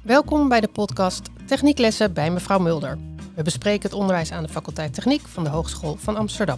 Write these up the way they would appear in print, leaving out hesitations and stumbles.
Welkom bij de podcast Technieklessen bij mevrouw Mulder. We bespreken het onderwijs aan de faculteit Techniek van de Hogeschool van Amsterdam.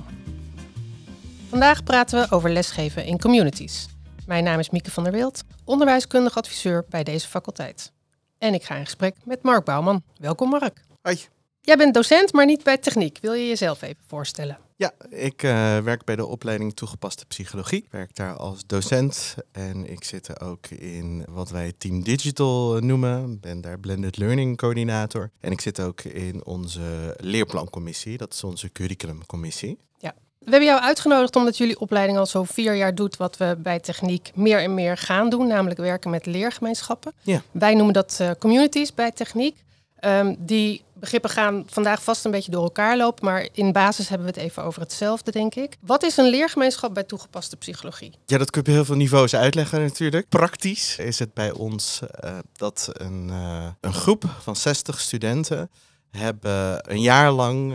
Vandaag praten we over lesgeven in communities. Mijn naam is Mieke van der Wild, onderwijskundig adviseur bij deze faculteit. En ik ga in gesprek met Mark Bouwman. Welkom Mark. Hoi. Jij bent docent, maar niet bij Techniek. Wil je jezelf even voorstellen? Ja, ik werk bij de opleiding toegepaste psychologie. Ik werk daar als docent en ik zit er ook in wat wij Team Digital noemen. Ik ben daar Blended Learning coördinator. En ik zit ook in onze leerplancommissie, dat is onze curriculumcommissie. We hebben jou uitgenodigd omdat jullie opleiding al zo 4 jaar doet wat we bij Techniek meer en meer gaan doen, namelijk werken met leergemeenschappen. Ja. Wij noemen dat communities bij Techniek. Die begrippen gaan vandaag vast een beetje door elkaar lopen, maar in basis hebben we het even over hetzelfde, denk ik. Wat is een leergemeenschap bij toegepaste psychologie? Ja, dat kun je op heel veel niveaus uitleggen natuurlijk. Praktisch is het bij ons dat een groep van 60 studenten hebben een jaar lang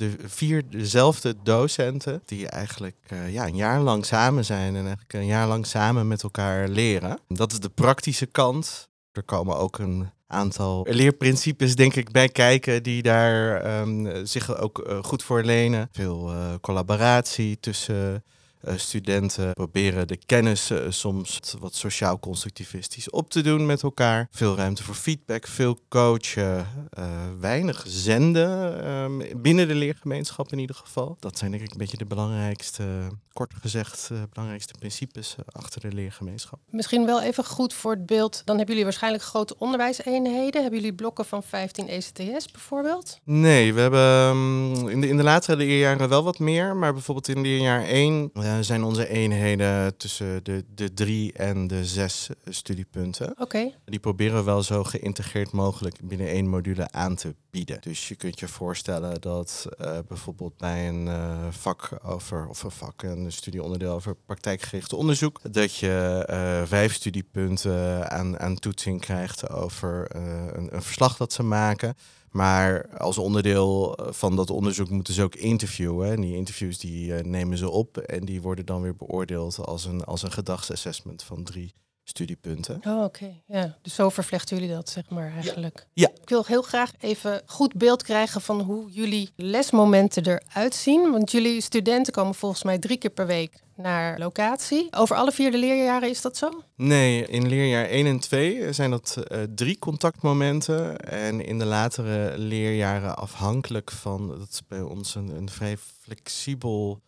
dezelfde docenten die eigenlijk een jaar lang samen zijn en eigenlijk een jaar lang samen met elkaar leren. Dat is de praktische kant. Er komen ook een aantal leerprincipes, denk ik, bij kijken die daar zich ook goed voor lenen. Veel collaboratie tussen studenten proberen de kennis soms wat sociaal constructivistisch op te doen met elkaar. Veel ruimte voor feedback, veel coachen, weinig zenden binnen de leergemeenschap in ieder geval. Dat zijn denk ik een beetje de belangrijkste, kort gezegd, belangrijkste principes achter de leergemeenschap. Misschien wel even goed voor het beeld. Dan hebben jullie waarschijnlijk grote onderwijseenheden. Hebben jullie blokken van 15 ECTS bijvoorbeeld? Nee, we hebben in de latere leerjaren wel wat meer. Maar bijvoorbeeld in leerjaar 1 zijn onze eenheden tussen de 3 en de 6 studiepunten. Oké. Die proberen we wel zo geïntegreerd mogelijk binnen 1 module aan te bieden. Dus je kunt je voorstellen dat bijvoorbeeld bij een een studieonderdeel over praktijkgericht onderzoek, dat je 5 studiepunten aan toetsing krijgt over een verslag dat ze maken. Maar als onderdeel van dat onderzoek moeten ze ook interviewen. En die interviews die nemen ze op en die worden dan weer beoordeeld als een gedragsassessment van 3 studiepunten. Oh, oké. Ja, dus zo vervlechten jullie dat, zeg maar, eigenlijk. Ja. Ik wil heel graag even goed beeld krijgen van hoe jullie lesmomenten eruit zien. Want jullie studenten komen volgens mij 3 keer per week naar locatie. Over alle 4 de leerjaren is dat zo? Nee, in leerjaar 1 en 2 zijn dat 3 contactmomenten. En in de latere leerjaren afhankelijk van, dat is bij ons een vrij flexibel,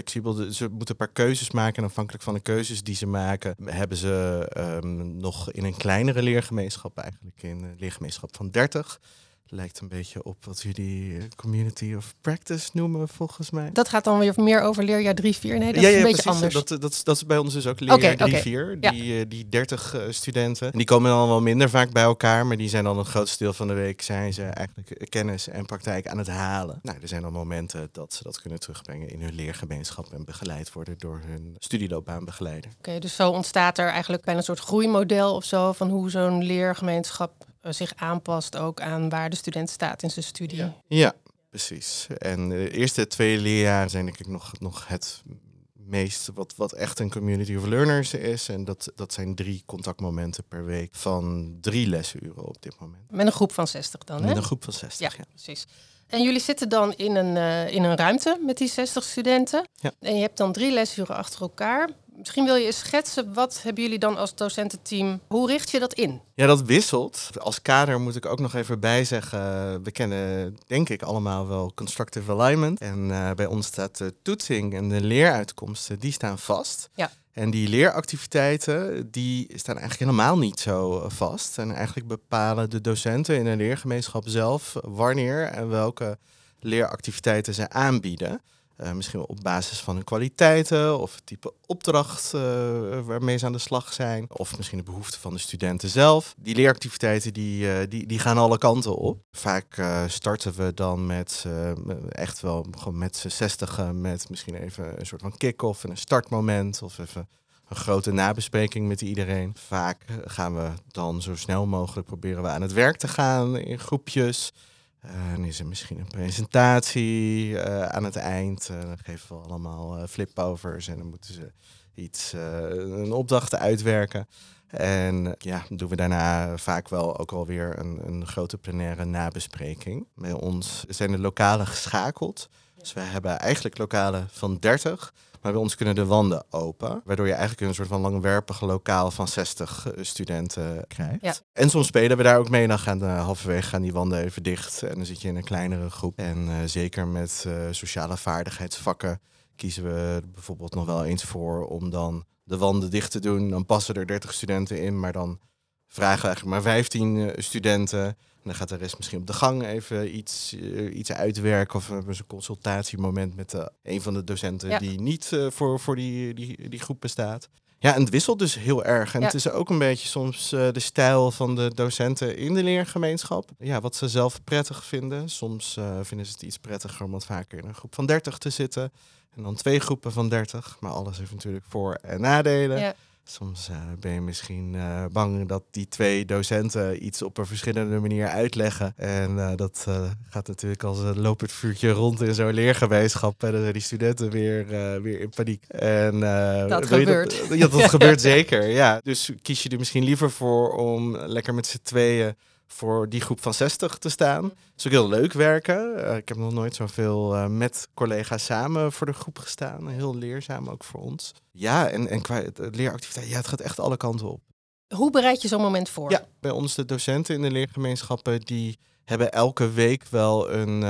ze moeten een paar keuzes maken en afhankelijk van de keuzes die ze maken, hebben ze nog in een kleinere leergemeenschap, eigenlijk in een leergemeenschap van 30. Lijkt een beetje op wat jullie community of practice noemen, volgens mij. Dat gaat dan weer meer over leerjaar 3-4. Nee, dat is een beetje precies. anders. Dat is bij ons dus ook leerjaar 3-4. Die 30 studenten. En die komen dan wel minder vaak bij elkaar, maar die zijn dan het grootste deel van de week zijn ze eigenlijk kennis en praktijk aan het halen. Nou, er zijn dan momenten dat ze dat kunnen terugbrengen in hun leergemeenschap en begeleid worden door hun studieloopbaanbegeleider. Oké, dus zo ontstaat er eigenlijk bijna een soort groeimodel of zo van hoe zo'n leergemeenschap zich aanpast ook aan waar de student staat in zijn studie. Ja, precies. En de eerste 2 leerjaren zijn denk ik nog het meest wat echt een community of learners is. En dat zijn 3 contactmomenten per week van 3 lesuren op dit moment. Met een groep van 60 dan, hè? Met een groep van 60, ja. Precies. En jullie zitten dan in een ruimte met die 60 studenten. Ja. En je hebt dan 3 lesuren achter elkaar. Misschien wil je eens schetsen, wat hebben jullie dan als docententeam? Hoe richt je dat in? Ja, dat wisselt. Als kader moet ik ook nog even bijzeggen, we kennen denk ik allemaal wel constructive alignment. En bij ons staat de toetsing en de leeruitkomsten, die staan vast. Ja. En die leeractiviteiten, die staan eigenlijk helemaal niet zo vast. En eigenlijk bepalen de docenten in een leergemeenschap zelf wanneer en welke leeractiviteiten ze aanbieden. Misschien wel op basis van hun kwaliteiten of het type opdracht waarmee ze aan de slag zijn. Of misschien de behoeften van de studenten zelf. Die leeractiviteiten die gaan alle kanten op. Vaak starten we dan met echt wel gewoon met z'n 60 met misschien even een soort van kick-off en een startmoment. Of even een grote nabespreking met iedereen. Vaak gaan we dan zo snel mogelijk proberen we aan het werk te gaan in groepjes. Dan is er misschien een presentatie aan het eind. Dan geven we allemaal flipovers en dan moeten ze een opdracht uitwerken. En doen we daarna vaak wel ook alweer een grote plenaire nabespreking. Bij ons zijn de lokalen geschakeld. Dus we hebben eigenlijk lokalen van 30, maar bij ons kunnen de wanden open. Waardoor je eigenlijk een soort van langwerpig lokaal van 60 studenten krijgt. Ja. En soms spelen we daar ook mee. Dan halverwege gaan die wanden even dicht. En dan zit je in een kleinere groep. En zeker met sociale vaardigheidsvakken kiezen we bijvoorbeeld nog wel eens voor om dan de wanden dicht te doen. Dan passen er 30 studenten in, maar dan vragen we eigenlijk maar 15 studenten. En dan gaat de rest misschien op de gang even iets uitwerken. Of we hebben een consultatiemoment met een van de docenten die niet voor die groep bestaat. Ja, en het wisselt dus heel erg. En het is ook een beetje soms de stijl van de docenten in de leergemeenschap. Ja, wat ze zelf prettig vinden. Soms vinden ze het iets prettiger om wat vaker in een groep van 30 te zitten. En dan 2 groepen van 30. Maar alles heeft natuurlijk voor- en nadelen. Ja. Soms ben je misschien bang dat die 2 docenten iets op een verschillende manier uitleggen. En dat gaat natuurlijk als een lopend vuurtje rond in zo'n leergemeenschap. En dan zijn die studenten weer in paniek. En, dat gebeurt. Dat gebeurt zeker, ja. Dus kies je er misschien liever voor om lekker met z'n tweeën voor die groep van 60 te staan. Dat is ook heel leuk werken. Ik heb nog nooit zoveel met collega's samen voor de groep gestaan. Heel leerzaam ook voor ons. Ja, en qua leeractiviteit, het gaat echt alle kanten op. Hoe bereid je zo'n moment voor? Ja, bij ons de docenten in de leergemeenschappen, die hebben elke week wel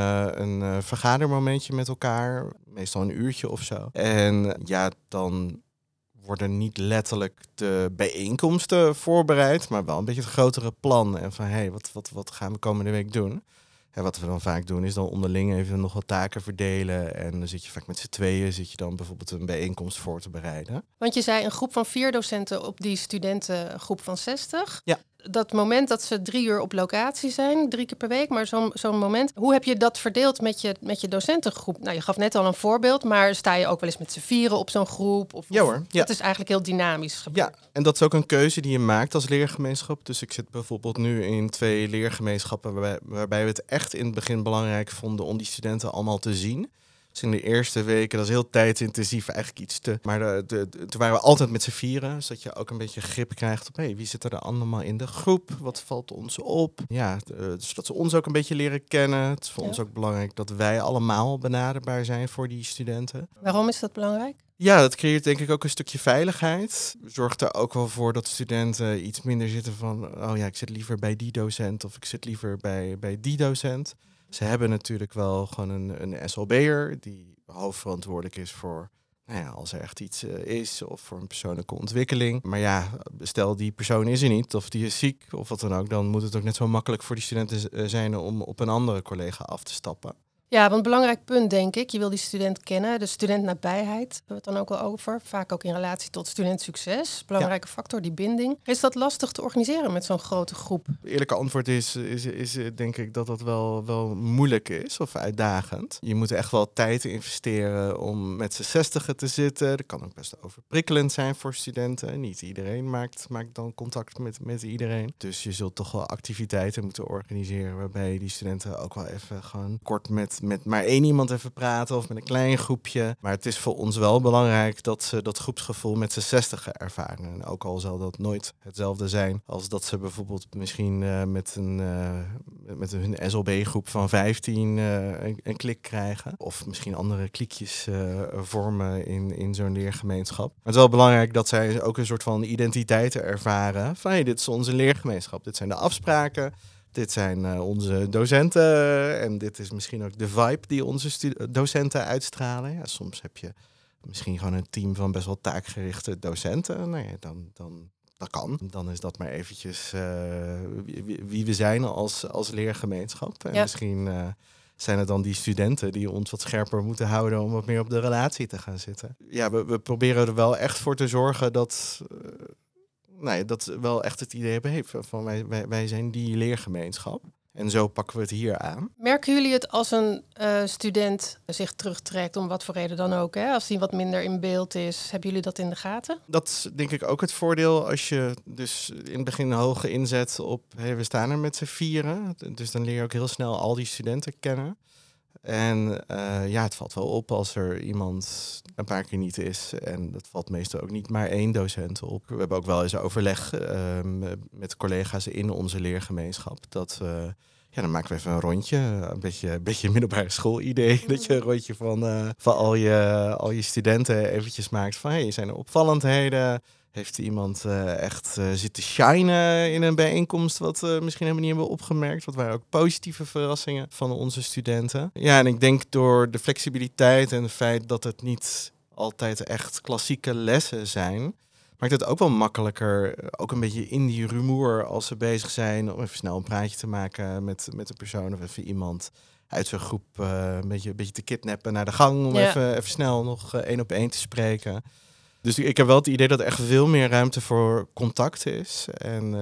een vergadermomentje met elkaar. Meestal een uurtje of zo. En dan worden niet letterlijk de bijeenkomsten voorbereid, maar wel een beetje het grotere plan. En van, wat gaan we komende week doen? En wat we dan vaak doen, is dan onderling even nog wat taken verdelen. En dan zit je vaak met z'n tweeën, dan bijvoorbeeld een bijeenkomst voor te bereiden. Want je zei een groep van 4 docenten op die studentengroep van 60. Ja. Dat moment dat ze 3 uur op locatie zijn, 3 keer per week, maar zo'n moment. Hoe heb je dat verdeeld met je docentengroep? Nou, je gaf net al een voorbeeld, maar sta je ook wel eens met z'n vieren op zo'n groep? Ja hoor. Ja. Dat is eigenlijk heel dynamisch gebeurd. Ja, en dat is ook een keuze die je maakt als leergemeenschap. Dus ik zit bijvoorbeeld nu in 2 leergemeenschappen waarbij we het echt in het begin belangrijk vonden om die studenten allemaal te zien. Dus in de eerste weken, dat is heel tijdintensief, eigenlijk iets te. Maar toen waren we altijd met z'n vieren, zodat je ook een beetje grip krijgt op wie zit er allemaal in de groep, wat valt ons op. Ja, dus dat ze ons ook een beetje leren kennen. Het is voor ons ook belangrijk dat wij allemaal benaderbaar zijn voor die studenten. Waarom is dat belangrijk? Ja, dat creëert denk ik ook een stukje veiligheid. Zorgt er ook wel voor dat studenten iets minder zitten van, ik zit liever bij die docent of ik zit liever bij die docent. Ze hebben natuurlijk wel gewoon een SLB'er die hoofdverantwoordelijk is voor, als er echt iets is of voor een persoonlijke ontwikkeling. Maar stel die persoon is er niet of die is ziek of wat dan ook, dan moet het ook net zo makkelijk voor die studenten zijn om op een andere collega af te stappen. Ja, want belangrijk punt denk ik, je wil die student kennen, de studentnabijheid, hebben we het dan ook wel over. Vaak ook in relatie tot studentsucces. Belangrijke factor, die binding. Is dat lastig te organiseren met zo'n grote groep? Het eerlijke antwoord is denk ik dat wel moeilijk is of uitdagend. Je moet echt wel tijd investeren om met z'n 60 te zitten. Dat kan ook best overprikkelend zijn voor studenten. Niet iedereen maakt dan contact met iedereen. Dus je zult toch wel activiteiten moeten organiseren waarbij die studenten ook wel even gewoon kort met maar 1 iemand even praten of met een klein groepje. Maar het is voor ons wel belangrijk dat ze dat groepsgevoel met z'n 60 ervaren. En ook al zal dat nooit hetzelfde zijn als dat ze bijvoorbeeld misschien met hun SLB-groep van 15 een klik krijgen. Of misschien andere klikjes vormen in zo'n leergemeenschap. Maar het is wel belangrijk dat zij ook een soort van identiteit ervaren. Van dit is onze leergemeenschap, dit zijn de afspraken. Dit zijn onze docenten en dit is misschien ook de vibe die onze docenten uitstralen. Ja, soms heb je misschien gewoon een team van best wel taakgerichte docenten. Dan dat kan. Dan is dat maar eventjes wie we zijn als leergemeenschap. En misschien zijn het dan die studenten die ons wat scherper moeten houden om wat meer op de relatie te gaan zitten. Ja, we proberen er wel echt voor te zorgen dat dat wel echt het idee hebben van wij zijn die leergemeenschap. En zo pakken we het hier aan. Merken jullie het als een student zich terugtrekt, om wat voor reden dan ook? Hè? Als die wat minder in beeld is, hebben jullie dat in de gaten? Dat is denk ik ook het voordeel als je dus in het begin een hoge inzet op we staan er met z'n vieren. Dus dan leer je ook heel snel al die studenten kennen. En het valt wel op als er iemand een paar keer niet is. En dat valt meestal ook niet maar één docent op. We hebben ook wel eens overleg met collega's in onze leergemeenschap. Dat dan maken we even een rondje. Een beetje middelbare schoolidee. Dat je een rondje van al je studenten eventjes maakt. Van hey, zijn er opvallendheden? Heeft iemand echt zitten shinen in een bijeenkomst wat misschien helemaal niet hebben opgemerkt? Wat waren ook positieve verrassingen van onze studenten. Ja, en ik denk door de flexibiliteit en het feit dat het niet altijd echt klassieke lessen zijn, maakt het ook wel makkelijker, ook een beetje in die rumoer als ze bezig zijn, om even snel een praatje te maken met een persoon of even iemand uit zo'n groep een beetje te kidnappen naar de gang, om even snel nog 1-op-1 te spreken. Dus ik heb wel het idee dat er echt veel meer ruimte voor contact is. En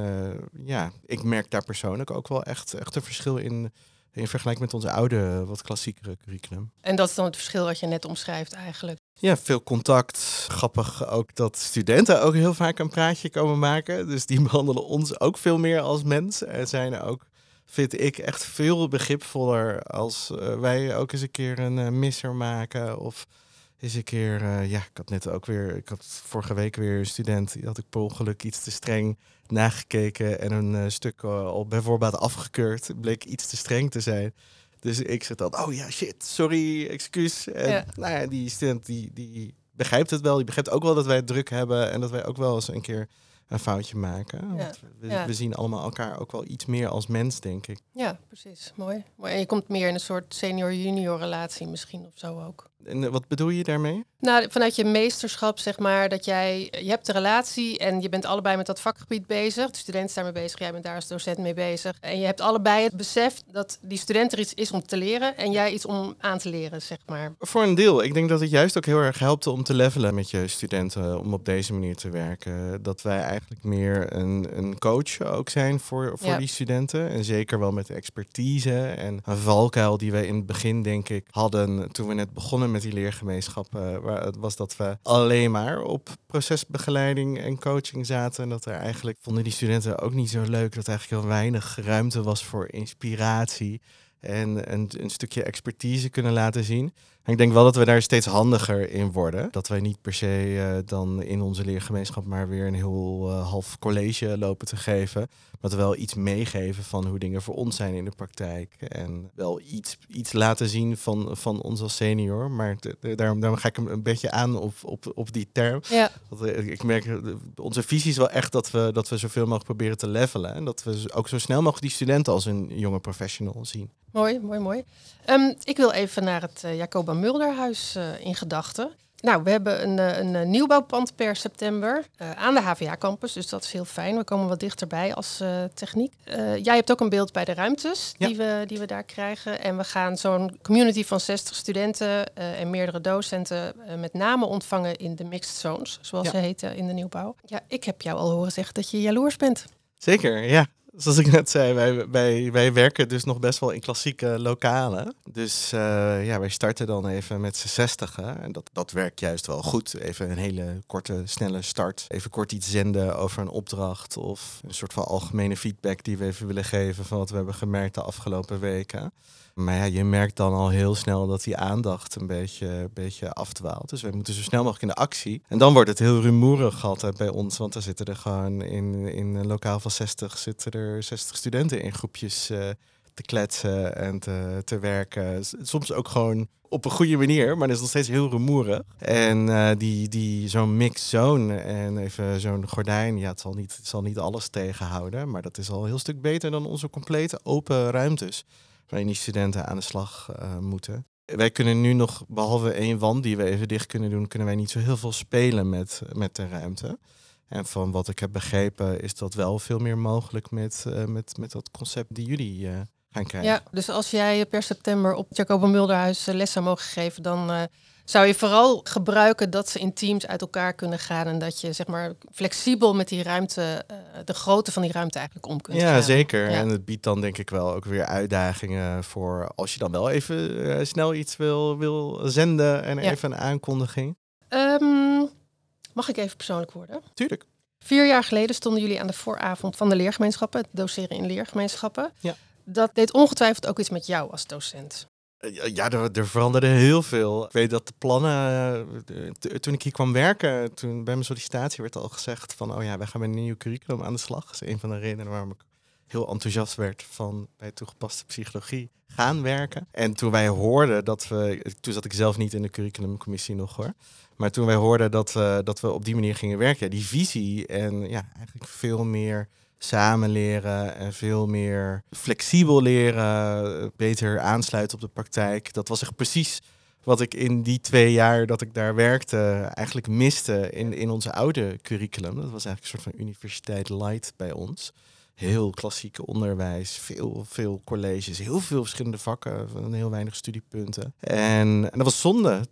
ik merk daar persoonlijk ook wel echt een verschil in vergelijking met onze oude, wat klassiekere curriculum. En dat is dan het verschil wat je net omschrijft eigenlijk. Ja, veel contact. Grappig ook dat studenten ook heel vaak een praatje komen maken. Dus die behandelen ons ook veel meer als mens. En zijn ook, vind ik, echt veel begripvoller als wij ook eens een keer een misser maken of eens een keer, ik had vorige week weer een student, die had ik per ongeluk iets te streng nagekeken en een stuk al bijvoorbeeld afgekeurd. Het bleek iets te streng te zijn. Dus ik zit dan, oh ja, shit, sorry, excuus. En die student die begrijpt het wel. Die begrijpt ook wel dat wij het druk hebben en dat wij ook wel eens een keer een foutje maken. Want we zien allemaal elkaar ook wel iets meer als mens, denk ik. Ja, precies. Mooi. En je komt meer in een soort senior-junior relatie misschien of zo ook. En wat bedoel je daarmee? Nou, vanuit je meesterschap, zeg maar, dat je hebt de relatie en je bent allebei met dat vakgebied bezig. De student is daarmee bezig, jij bent daar als docent mee bezig. En je hebt allebei het besef dat die student er iets is om te leren en jij iets om aan te leren, zeg maar. Voor een deel. Ik denk dat het juist ook heel erg helpt om te levelen met je studenten, om op deze manier te werken. Dat wij eigenlijk meer een coach ook zijn voor die studenten. En zeker wel met de expertise en een valkuil die wij in het begin, denk ik, hadden toen we net begonnen met die leergemeenschappen, was dat we alleen maar op procesbegeleiding en coaching zaten. En dat er eigenlijk, vonden die studenten ook niet zo leuk, dat er eigenlijk heel weinig ruimte was voor inspiratie en een stukje expertise kunnen laten zien. En ik denk wel dat we daar steeds handiger in worden. Dat wij niet per se dan in onze leergemeenschap maar weer een heel half college lopen te geven. Maar dat we wel iets meegeven van hoe dingen voor ons zijn in de praktijk. En wel iets laten zien van ons als senior. Maar daarom ga ik hem een beetje aan op die term. Ja. Ik merk, onze visie is wel echt dat we zoveel mogelijk proberen te levelen. En dat we ook zo snel mogelijk die studenten als een jonge professional zien. Mooi. Ik wil even naar het Jacoba Mulderhuis in gedachten. Nou, we hebben een nieuwbouwpand per september aan de HVA-campus, dus dat is heel fijn. We komen wat dichterbij als techniek. Jij hebt ook een beeld bij de ruimtes die we daar krijgen. En we gaan zo'n community van 60 studenten en meerdere docenten met name ontvangen in de mixed zones, zoals ze heten in de nieuwbouw. Ja, ik heb jou al horen zeggen dat je jaloers bent. Zeker, ja. Zoals ik net zei, wij werken dus nog best wel in klassieke lokalen. Dus wij starten dan even met z'n 60. En dat werkt juist wel goed. Even een hele korte, snelle start. Even kort iets zenden over een opdracht of een soort van algemene feedback die we even willen geven van wat we hebben gemerkt de afgelopen weken. Maar ja, je merkt dan al heel snel dat die aandacht een beetje afdwaalt. Dus wij moeten zo snel mogelijk in de actie. En dan wordt het heel rumoerig altijd bij ons. Want dan zitten er gewoon in een lokaal van 60 zitten er 60 studenten in groepjes te kletsen en te werken. Soms ook gewoon op een goede manier, maar dat is nog steeds heel rumoerig. En zo'n mixed zone en even zo'n gordijn, ja, het zal niet alles tegenhouden. Maar dat is al een heel stuk beter dan onze complete open ruimtes waarin die studenten aan de slag moeten. Wij kunnen nu nog, behalve één wand die we even dicht kunnen doen, kunnen wij niet zo heel veel spelen met de ruimte. En van wat ik heb begrepen is dat wel veel meer mogelijk met dat concept die jullie gaan krijgen. Ja, dus als jij per september op Jacoba Mulderhuis les zou mogen geven, dan zou je vooral gebruiken dat ze in teams uit elkaar kunnen gaan en dat je zeg maar flexibel met die ruimte, de grootte van die ruimte eigenlijk om kunt gaan. Ja, zeker. Ja. En het biedt dan denk ik wel ook weer uitdagingen voor als je dan wel even snel iets wil zenden en even een aankondiging. Mag ik even persoonlijk worden? Tuurlijk. 4 jaar geleden stonden jullie aan de vooravond van de leergemeenschappen, het doseren in leergemeenschappen. Ja. Dat deed ongetwijfeld ook iets met jou als docent. Ja, er veranderde heel veel. Ik weet dat de plannen, toen ik hier kwam werken, toen bij mijn sollicitatie werd al gezegd van, oh ja, wij gaan met een nieuw curriculum aan de slag. Dat is een van de redenen waarom ik heel enthousiast werd van bij toegepaste psychologie gaan werken. En toen wij hoorden toen zat ik zelf niet in de curriculumcommissie nog hoor, maar toen wij hoorden dat we op die manier gingen werken, ja, die visie en ja, eigenlijk veel meer samen leren en veel meer flexibel leren, beter aansluiten op de praktijk. Dat was echt precies wat ik in die 2 jaar dat ik daar werkte eigenlijk miste in onze oude curriculum. Dat was eigenlijk een soort van universiteit light bij ons. Heel klassieke onderwijs, veel colleges, heel veel verschillende vakken, heel weinig studiepunten. En dat was zonde.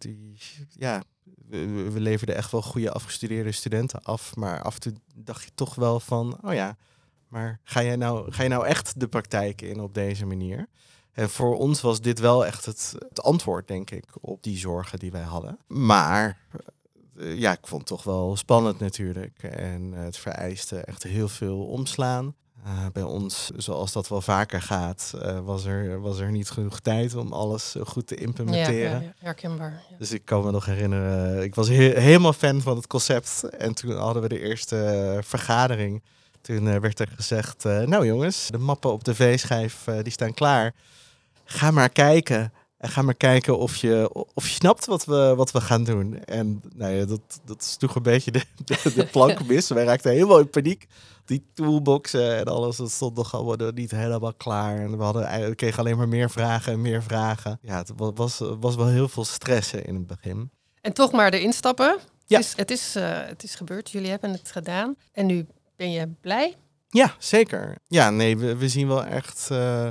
We leverden echt wel goede afgestudeerde studenten af. Maar af en toe dacht je toch wel van, oh ja, maar ga je nou echt de praktijk in op deze manier? En voor ons was dit wel echt het antwoord, denk ik, op die zorgen die wij hadden. Maar ja, ik vond het toch wel spannend natuurlijk. En het vereiste echt heel veel omslaan. Bij ons, zoals dat wel vaker gaat, was er niet genoeg tijd om alles goed te implementeren. Ja, herkenbaar. Ja. Dus ik kan me nog herinneren, ik was helemaal fan van het concept. En toen hadden we de eerste vergadering. Toen werd er gezegd, nou jongens, de mappen op de V-schijf die staan klaar. Ga maar kijken. En ga maar kijken of je snapt wat we gaan doen. En nou ja, dat is toch een beetje de plank mis. Wij raakten helemaal in paniek. Die toolboxen en alles, dat stond nog allemaal niet helemaal klaar. En we kregen alleen maar meer vragen en meer vragen. Ja, het was wel heel veel stressen in het begin. En toch maar erin stappen. Ja. Het is gebeurd, jullie hebben het gedaan. En nu ben je blij? Ja, zeker. Ja, nee, we zien wel echt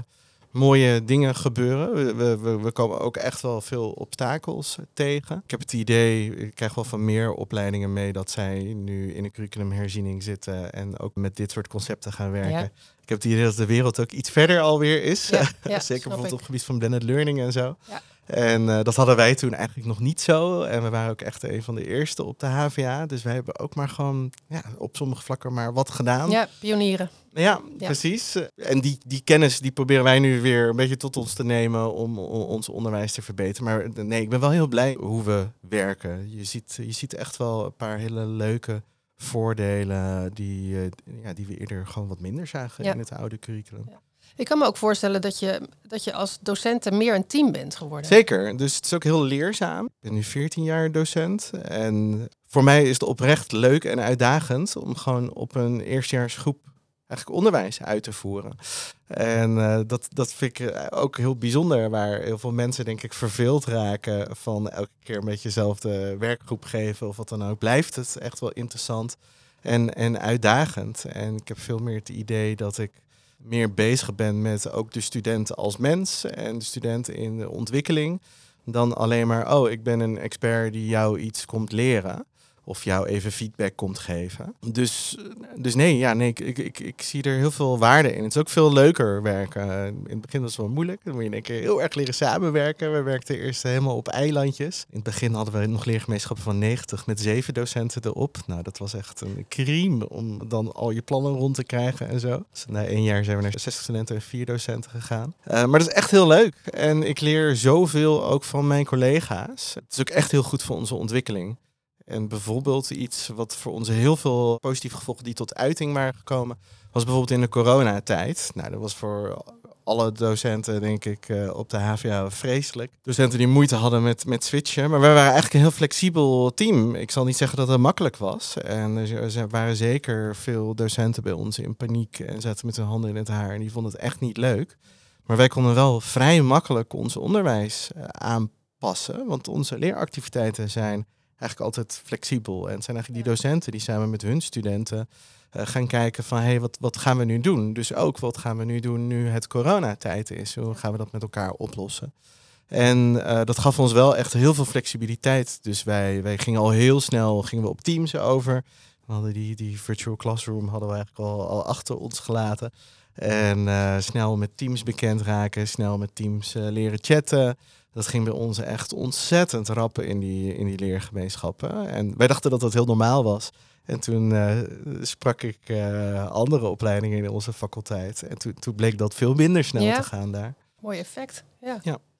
mooie dingen gebeuren. We komen ook echt wel veel obstakels tegen. Ik heb het idee, ik krijg wel van meer opleidingen mee dat zij nu in een curriculumherziening zitten en ook met dit soort concepten gaan werken. Ja. Ik heb het idee dat de wereld ook iets verder alweer is. Ja, zeker bijvoorbeeld op het gebied van blended learning en zo. Ja. En dat hadden wij toen eigenlijk nog niet zo. En we waren ook echt een van de eerste op de HVA. Dus wij hebben ook maar gewoon op sommige vlakken maar wat gedaan. Ja, pionieren. Ja, precies. En die kennis die proberen wij nu weer een beetje tot ons te nemen om ons onderwijs te verbeteren. Maar nee, ik ben wel heel blij hoe we werken. Je ziet echt wel een paar hele leuke voordelen die we eerder gewoon wat minder zagen in het oude curriculum. Ja. Ik kan me ook voorstellen dat je als docenten meer een team bent geworden. Zeker, dus het is ook heel leerzaam. Ik ben nu 14 jaar docent en voor mij is het oprecht leuk en uitdagend om gewoon op een eerstejaarsgroep eigenlijk onderwijs uit te voeren. En dat vind ik ook heel bijzonder, waar heel veel mensen denk ik verveeld raken van elke keer een beetje dezelfde werkgroep geven of wat dan ook. Blijft het echt wel interessant en uitdagend. En ik heb veel meer het idee dat ik meer bezig ben met ook de studenten als mens en de studenten in de ontwikkeling, dan alleen maar, ik ben een expert die jou iets komt leren of jou even feedback komt geven. Dus nee, ik zie er heel veel waarde in. Het is ook veel leuker werken. In het begin was het wel moeilijk. Dan moet je in één keer heel erg leren samenwerken. We werkten eerst helemaal op eilandjes. In het begin hadden we nog leergemeenschappen van 90 met 7 docenten erop. Nou, dat was echt een crime om dan al je plannen rond te krijgen en zo. Dus na 1 jaar zijn we naar 60 studenten en 4 docenten gegaan. Maar dat is echt heel leuk. En ik leer zoveel ook van mijn collega's. Het is ook echt heel goed voor onze ontwikkeling. En bijvoorbeeld iets wat voor ons heel veel positieve gevolgen die tot uiting waren gekomen, was bijvoorbeeld in de coronatijd. Nou, dat was voor alle docenten, denk ik, op de HVA vreselijk. Docenten die moeite hadden met switchen. Maar wij waren eigenlijk een heel flexibel team. Ik zal niet zeggen dat het makkelijk was. En er waren zeker veel docenten bij ons in paniek en zaten met hun handen in het haar. En die vonden het echt niet leuk. Maar wij konden wel vrij makkelijk ons onderwijs aanpassen. Want onze leeractiviteiten zijn eigenlijk altijd flexibel. En het zijn eigenlijk die docenten die samen met hun studenten gaan kijken van wat gaan we nu doen? Dus ook wat gaan we nu doen nu het coronatijd is? Hoe gaan we dat met elkaar oplossen? En dat gaf ons wel echt heel veel flexibiliteit. Dus wij gingen al heel snel op Teams over. We hadden die virtual classroom hadden we eigenlijk al achter ons gelaten. En snel met Teams bekend raken, snel met Teams leren chatten. Dat ging bij ons echt ontzettend rap in die leergemeenschappen. En wij dachten dat dat heel normaal was. En toen sprak ik andere opleidingen in onze faculteit. En toen bleek dat veel minder snel te gaan daar. Mooi effect, ja.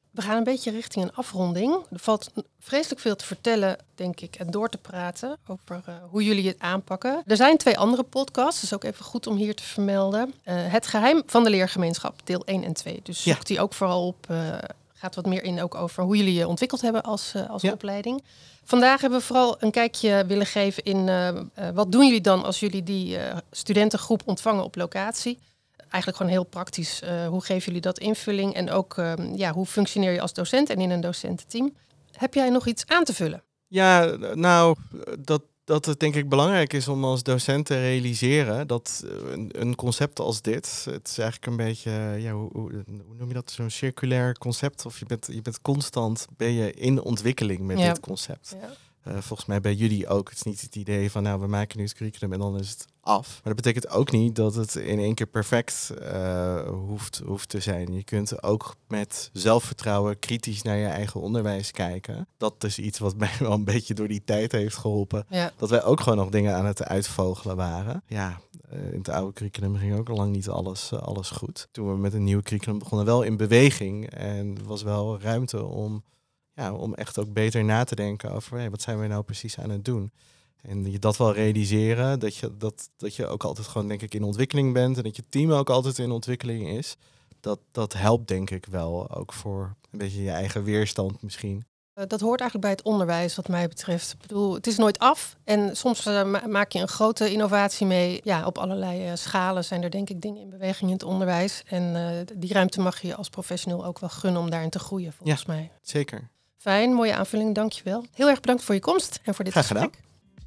We gaan een beetje richting een afronding. Er valt vreselijk veel te vertellen, denk ik, en door te praten over hoe jullie het aanpakken. Er zijn 2 andere podcasts, dus ook even goed om hier te vermelden. Het geheim van de leergemeenschap, deel 1 en 2. Dus zoek die ook vooral op. Gaat wat meer in ook over hoe jullie je ontwikkeld hebben als opleiding. Vandaag hebben we vooral een kijkje willen geven in wat doen jullie dan als jullie die studentengroep ontvangen op locatie. Eigenlijk gewoon heel praktisch. Hoe geven jullie dat invulling? En ook hoe functioneer je als docent en in een docententeam? Heb jij nog iets aan te vullen? Ja, nou, dat het denk ik belangrijk is om als docent te realiseren dat een concept als dit, het is eigenlijk een beetje, hoe noem je dat, zo'n circulair concept? Of je bent constant, ben je in ontwikkeling met dit concept. Ja. Volgens mij bij jullie ook. Het is niet het idee van, nou, we maken nu het curriculum en dan is het af. Maar dat betekent ook niet dat het in één keer perfect hoeft te zijn. Je kunt ook met zelfvertrouwen kritisch naar je eigen onderwijs kijken. Dat is iets wat mij wel een beetje door die tijd heeft geholpen. Ja. Dat wij ook gewoon nog dingen aan het uitvogelen waren. Ja, in het oude curriculum ging ook al lang niet alles goed. Toen we met een nieuw curriculum begonnen, wel in beweging. En er was wel ruimte om echt ook beter na te denken over wat zijn we nou precies aan het doen. En je dat wel realiseren, dat je ook altijd gewoon, denk ik, in ontwikkeling bent en dat je team ook altijd in ontwikkeling is. Dat helpt, denk ik, wel ook voor een beetje je eigen weerstand misschien. Dat hoort eigenlijk bij het onderwijs wat mij betreft. Ik bedoel, het is nooit af en soms maak je een grote innovatie mee. Ja, op allerlei schalen zijn er denk ik dingen in beweging in het onderwijs. En die ruimte mag je als professional ook wel gunnen om daarin te groeien, volgens mij. Zeker. Fijn, mooie aanvulling, dankjewel. Heel erg bedankt voor je komst en voor dit gesprek. Graag gedaan.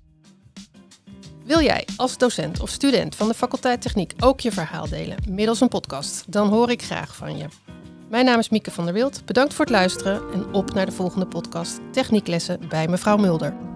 Wil jij als docent of student van de faculteit Techniek ook je verhaal delen middels een podcast? Dan hoor ik graag van je. Mijn naam is Mieke van der Wild. Bedankt voor het luisteren en op naar de volgende podcast Technieklessen bij mevrouw Mulder.